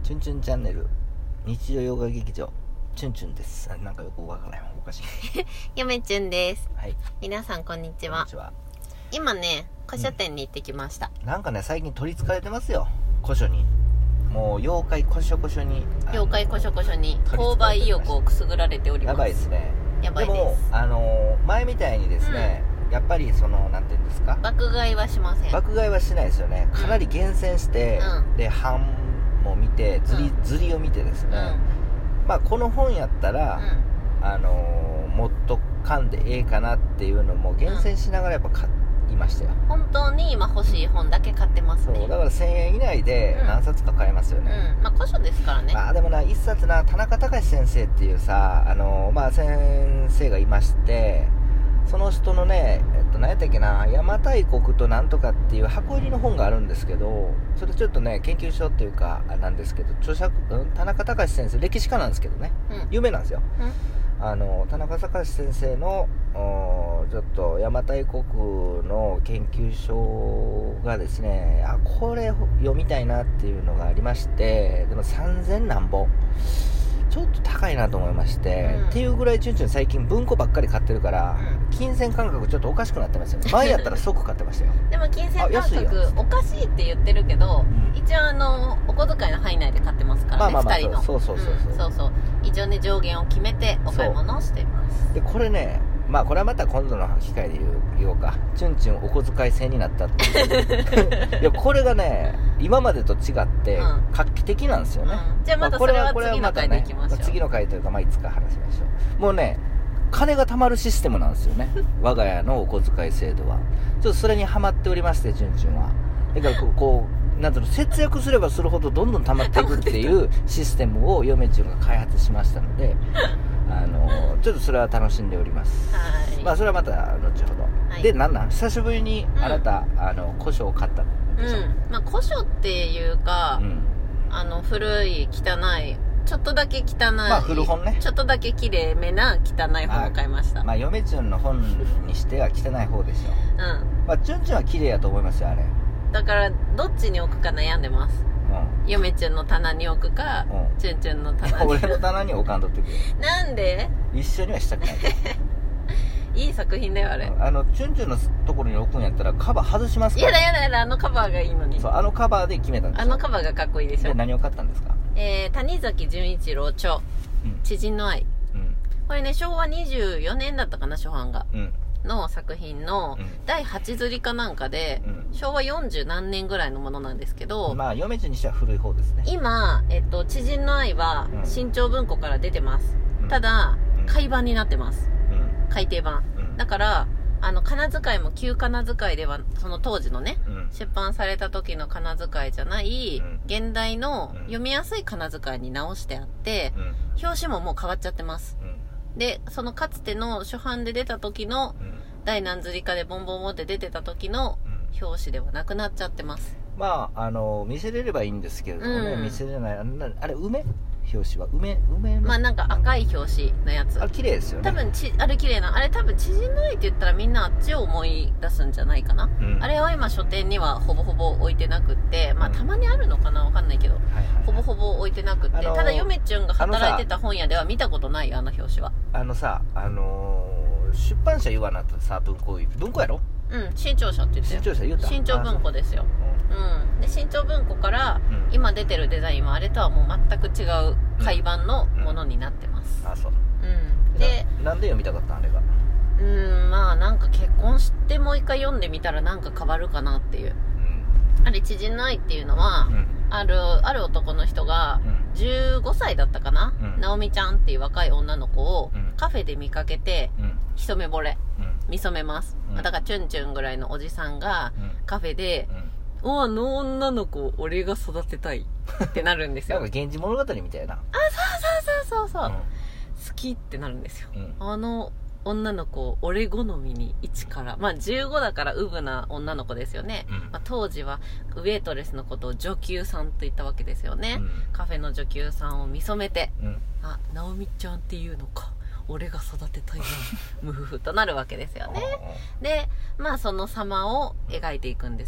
チュンチュンチャンネル日常洋画劇場チュンチュンです。なんかよくわからない、おかしいよめちゅんです。 はい、 皆さんこんにちは。 こんにちは。 今ね古書店に行ってきました、 なんかね最近取りつかれてますよ、古書に。もう妖怪古書に妖怪古書に購買意欲をくすぐられております。 やばいですね。 やばいです。 でも前みたいにですね、やっぱりそのなんていうんですか、 爆買いはしません。 爆買いはしないですよね。かなり厳選して、で版も見てずりを見てですね、まあこの本やったら、もっと噛んでええかなっていうのも厳選しながらやっぱ買いましたよ。 本当に今欲しい本だけ買ってますね。 そうだから1000円以内で何冊か買えますよね。 まあ古書ですからね。 まあでもな、一冊な、田中隆先生っていうさ、まあ先生がいまして、その人のね、何やったっけな、邪馬台国となんとかっていう箱入りの本があるんですけど、それちょっとね、研究所っていうか、なんですけど、田中隆先生、歴史家なんですけどね、有名なんですよ。田中隆先生の、ちょっと邪馬台国の研究所がですね、これ読みたいなっていうのがありまして、でも3000何本。ちょっと高いなと思いまして、っていうぐらいチュンチュン最近文庫ばっかり買ってるから、金銭感覚ちょっとおかしくなってますよね。前やったら即買ってましたよでも金銭感覚おかしいって言ってるけど、一応お小遣いの範囲内で買ってますからね、2人の。そう一応ね上限を決めてお買い物をしています。 でこれね、まあこれはまた今度の機会で言おうか。チュンチュンお小遣い制になったっていういやこれがね今までと違って画期的なんですよね。 じゃあまたそれは次の回でいきましょう。 次の回というか、まあいつか話しましょう。もうね金が貯まるシステムなんですよね我が家のお小遣い制度は。ちょっとそれにハマっておりまして、チュンチュンは。だからこうなんていうの、節約すればするほどどんどん溜まっていくっていうシステムを嫁ちゅんが開発しましたのでちょっとそれは楽しんでおります。まあそれはまた後ほど、でなん久しぶりにあなた、古書を買ったんでしょ。 まあ古書っていうか、古い汚いちょっとだけ汚い、 まあ古本ね、 ちょっとだけ綺麗めな汚い本を買いました。 まあ嫁ちゅんの本にしては汚い方でしょまあチュンチュンは綺麗やと思いますよ、あれ。 だからどっちに置くか悩んでます。嫁ちゅんの棚に置くか、チュンチュンの棚に俺の棚に置かんとってくれなんで一緒にはしたくないいい作品だよあれ。 チュンチュンのところに置くんやったらカバー外しますから。 やだカバーがいいのに。 そう、カバーで決めたんですよ。 カバーがかっこいいでしょ。 で何を買ったんですか。 谷崎潤一郎著、知人の愛、これね昭和24年だったかな、初版が、の作品の第8釣りかなんかで、昭和40何年ぐらいのものなんですけど、 まあ嫁ちゅんにしては古い方ですね。 今、知人の愛は新潮文庫から出てます、ただ改版になってます、改訂版、だから仮名遣いも旧仮名遣いでは、その当時のね、出版された時の仮名遣いじゃない、現代の読みやすい仮名遣いに直してあって、表紙ももう変わっちゃってます、でそのかつての初版で出た時の、第何釣りかでボンボンボンって出てた時の表紙ではなくなっちゃってます。 まあ見せれればいいんですけれどもね、見せれない。あれ表紙は梅の、 まあなんか赤い表紙のやつ、 あれ綺麗ですよね。 多分あれ綺麗な、あれ多分知人の愛って言ったらみんなあっちを思い出すんじゃないかな、あれは今書店にはほぼほぼ置いてなくって、まあたまにあるのかな、わかんないけど、ほぼほぼ置いてなくって、ただ嫁ちゅんが働いてた本屋では見たことないよ、表紙は。 出版社言わなくてさ、文庫やろ。 新潮社って言って新潮社言うた。 新潮文庫ですよ。で新潮文庫から今出てるデザインはあれとはもう全く違う改版のものになってます。 そう。 でなんで読みたかったんあれが。 まあなんか結婚してもう一回読んでみたらなんか変わるかなっていう。あれ知人の愛っていうのは、ある男の人が15歳だったかな、直美ちゃんっていう若い女の子をカフェで見かけて、一目惚れ、見初めます、だからチュンチュンぐらいのおじさんがカフェで、あの女の子俺が育てたいってなるんですよなんか源氏物語みたいな。 そう、好きってなるんですよ、あの女の子を俺好みに一から、まあ15だからウブな女の子ですよね、まあ、当時はウェイトレスのことを女給さんと言ったわけですよね、カフェの女給さんを見初めて、あ、直美ちゃんっていうのか、俺が育てたいなムフフとなるわけですよね。でまあその様を描いていくんですよ。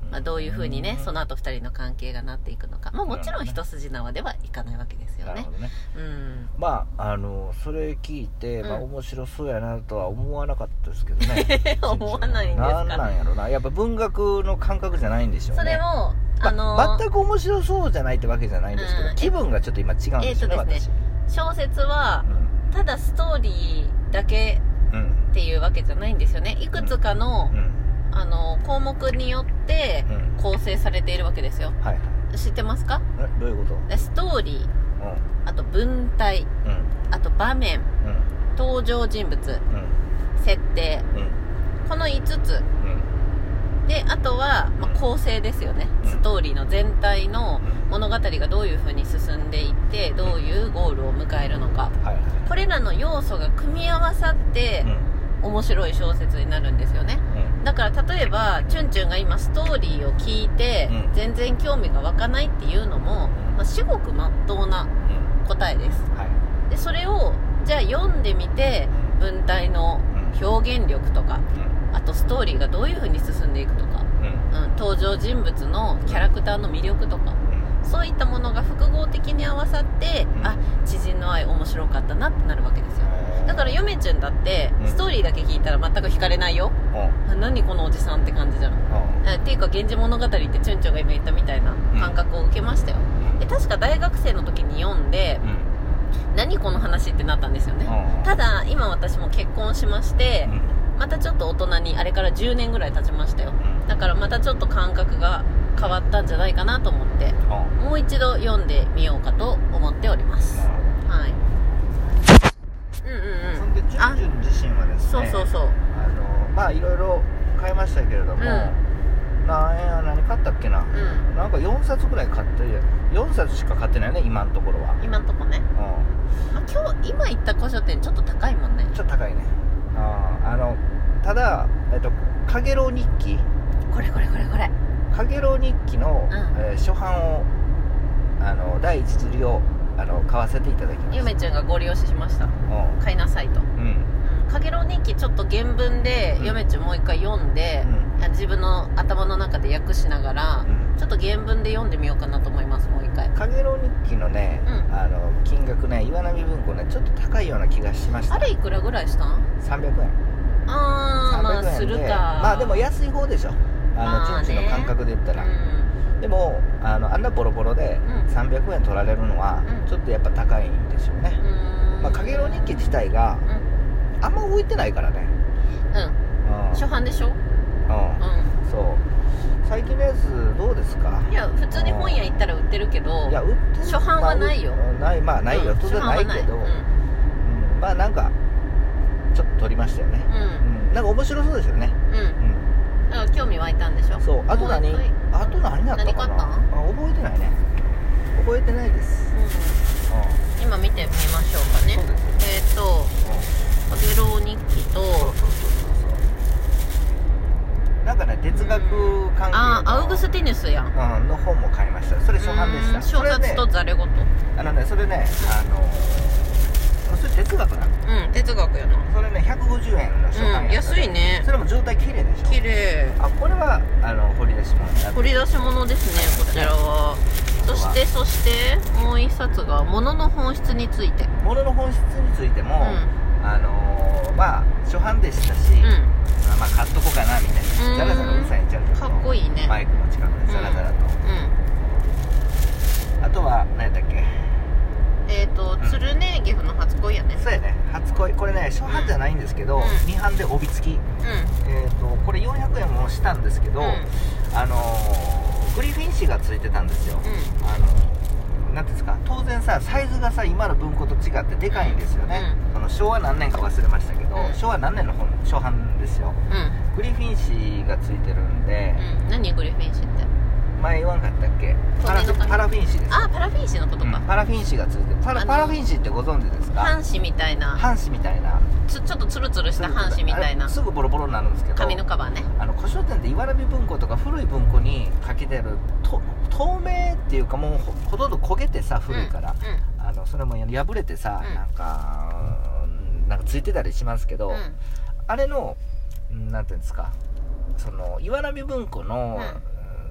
どういう風にねその後2人の関係がなっていくのか、もちろん一筋縄ではいかないわけですよね。 なるほどね。それ聞いて、面白そうやなとは思わなかったですけどね思わないんですか。 なんやろな、やっぱ文学の感覚じゃないんでしょうね。 それも全く面白そうじゃないってわけじゃないんですけど、気分がちょっと今違うんですよね、私。 小説は、ただストーリーだけっていうわけじゃないんですよね。いくつかの、項目によって構成されているわけですよ。知ってますか？ どういうこと？ ストーリー、あと文体、あと場面、登場人物、設定、この5つで、あとは、構成ですよね。ストーリーの全体の物語がどういう風に進んでいってどういうゴールを迎えるのか、これらの要素が組み合わさって面白い小説になるんですよね。だから例えばチュンチュンが今ストーリーを聞いて全然興味が湧かないっていうのも、至極まっとうな答えです。でそれをじゃあ読んでみて、文体の表現力とか、あとストーリーがどういう風に進んでいくとか、登場人物のキャラクターの魅力とか、そういったものが複合的に合わさって、知人の愛面白かったなってなるわけですよ。だからヨメチュンだってストーリーだけ聞いたら全く惹かれないよ。何このおじさんって感じじゃん。っていうか源氏物語ってチュンチュンが今言ったみたいな感覚を受けましたよ。で確か大学生の時に読んで、何この話ってなったんですよね。ただ今私も結婚しまして、またちょっと大人に、あれから10年ぐらい経ちましたよ。だからまたちょっと感覚が変わったんじゃないかなと思って、もう一度読んでみようかと思っております。はい。 そんでチュンチュン自身はですね、いろいろ買いましたけれども、何買ったっけな、なんか4冊ぐらい買って、4冊しか買ってないね、今のところは。 今のところね。今行った古書店ちょっと高いもんね。 ちょっと高いね。ただ、かげろう日記、 これかげろう日記の、初版を第一釣りを買わせていただきました。 ゆめちゃんがご利用しました。買いなさいと。かげろう日記ちょっと原文でゆめちゃんもう一回読んで、自分の頭の中で訳しながら、ちょっと原文で読んでみようかなと思います。もう一回かげろう日記のね、金額ね、岩波文庫ね、ちょっと高いような気がしました。 あれいくらぐらいしたん ？300円。 まあするか。 でも安い方でしょ、チュンチュンの感覚で言ったら。でもあんなボロボロで300円取られるのはちょっとやっぱ高いんでしょうね。かげろう日記自体があんま置いてないからね。 初版でしょ。 そう。最近のやつどうですか？ いや普通に本屋行ったら売ってるけど、 売ってる、 初版はないよ。 ないよ、当然ないけど、なんかちょっと取りましたよね。なんか面白そうですよね。 だから興味湧いたんでしょ。 そう。あと何だったかな。覚えてないね。覚えてないです。 今見てみましょうかね。かげろう日記と、 なんかね、哲学関係のアウグスティヌスやん、 の本も買いました。それ初版でした。 小冊とざれ言。 それね、それ哲学なの。 哲学やな。 それね、150円の初版や。 安いね。 それも状態綺麗でしょ。 綺麗。 これは掘り出し物。 掘り出し物ですね、こちらは。そしてもう一冊が物の本質について。 物の本質についても、初版でしたし、買っとこうかなみたいな。ザラザラうるさいんちゃうかっこいいね。 マイクの近くでザラザラと。あとは何やったっけ。 鶴ネーゲフの初恋やね。 そうやね、初恋。これね、初版じゃないんですけど、2版で帯付き。これ400円もしたんですけど、グリフィン紙がついてたんですよ。なんていうんですか、当然さ、サイズがさ、今の文庫と違ってでかいんですよね。昭和何年か忘れましたけど、昭和何年の初版ですよ。グリフィン紙がついてるんで。 何グリフィン紙って？ 前言わんかったっけ？パラフィン紙です。 パラフィン紙のことか。 パラフィン紙がついてる。パラフィン紙ってご存知ですか？ 半紙みたいな。ちょっとツルツルした半紙みたいな。 すぐボロボロになるんですけど。 紙のカバーね。 古書店って岩波文庫とか古い文庫にかけてる透明っていうか、もうほとんど焦げてさ、古いから、それも破れてさ、なんかついてたりしますけど、あれのなんていうんですか、その岩波文庫の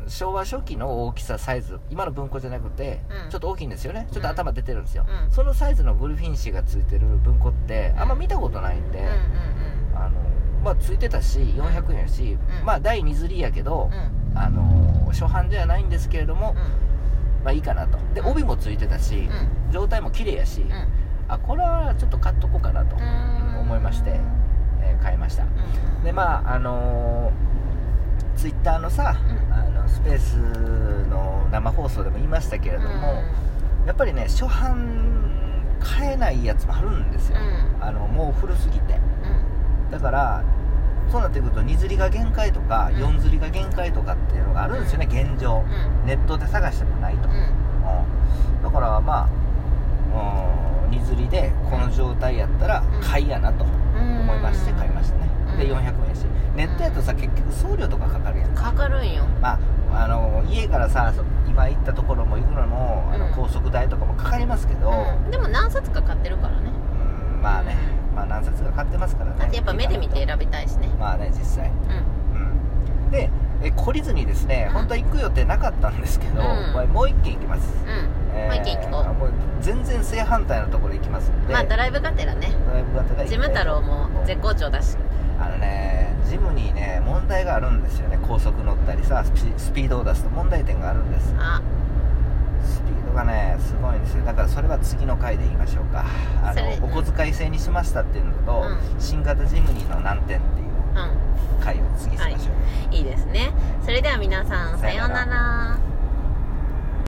昭和初期の大きさサイズ、今の文庫じゃなくて、ちょっと大きいんですよね。ちょっと頭出てるんですよ、そのサイズのグリフィン紙がついてる文庫ってあんま見たことないんで、まあついてたし400円やし、まあ第2釣りやけど、初版じゃないんですけれども、まあいいかなと。で帯もついてたし、状態も綺麗やし、これはちょっと買っとこうかなと思いまして、買いました。でまあツイッターのさ、スペースの生放送でも言いましたけれども、やっぱりね初版買えないやつもあるんですよ、もう古すぎて、だからそうなってくると2釣りが限界とか、4釣りが限界とかっていうのがあるんですよね、現状、ネットで探してもないと、だからまあ2釣りでこの状態やったら買いやなと思いまして買いましたね。で400円やし、ネットやとさ結局送料とかかかるやん。 かかるんよ。 まあ家からさ今行ったところも行くのも高速代とかもかかりますけど、 でも何冊か買ってるからね。 まあね、まあ何冊か買ってますからね。 だってやっぱ目で見て選びたいしね。 まあね、実際で懲りずにですね、本当は行く予定なかったんですけど、もう一軒行きます。 もう一軒行こう。 もう全然正反対のところ行きますんで、 まあドライブがてらね、ジム太郎も絶好調だし、 ジムにね問題があるんですよね。高速乗ったりさ、スピードを出すと問題点があるんです。スピードがねすごいんですよ。だからそれは次の回で言いましょうか。お小遣い制にしましたっていうのと、新型ジムニーの難点っていう回を次しましょう。 いいですね。それでは皆さんさようなら。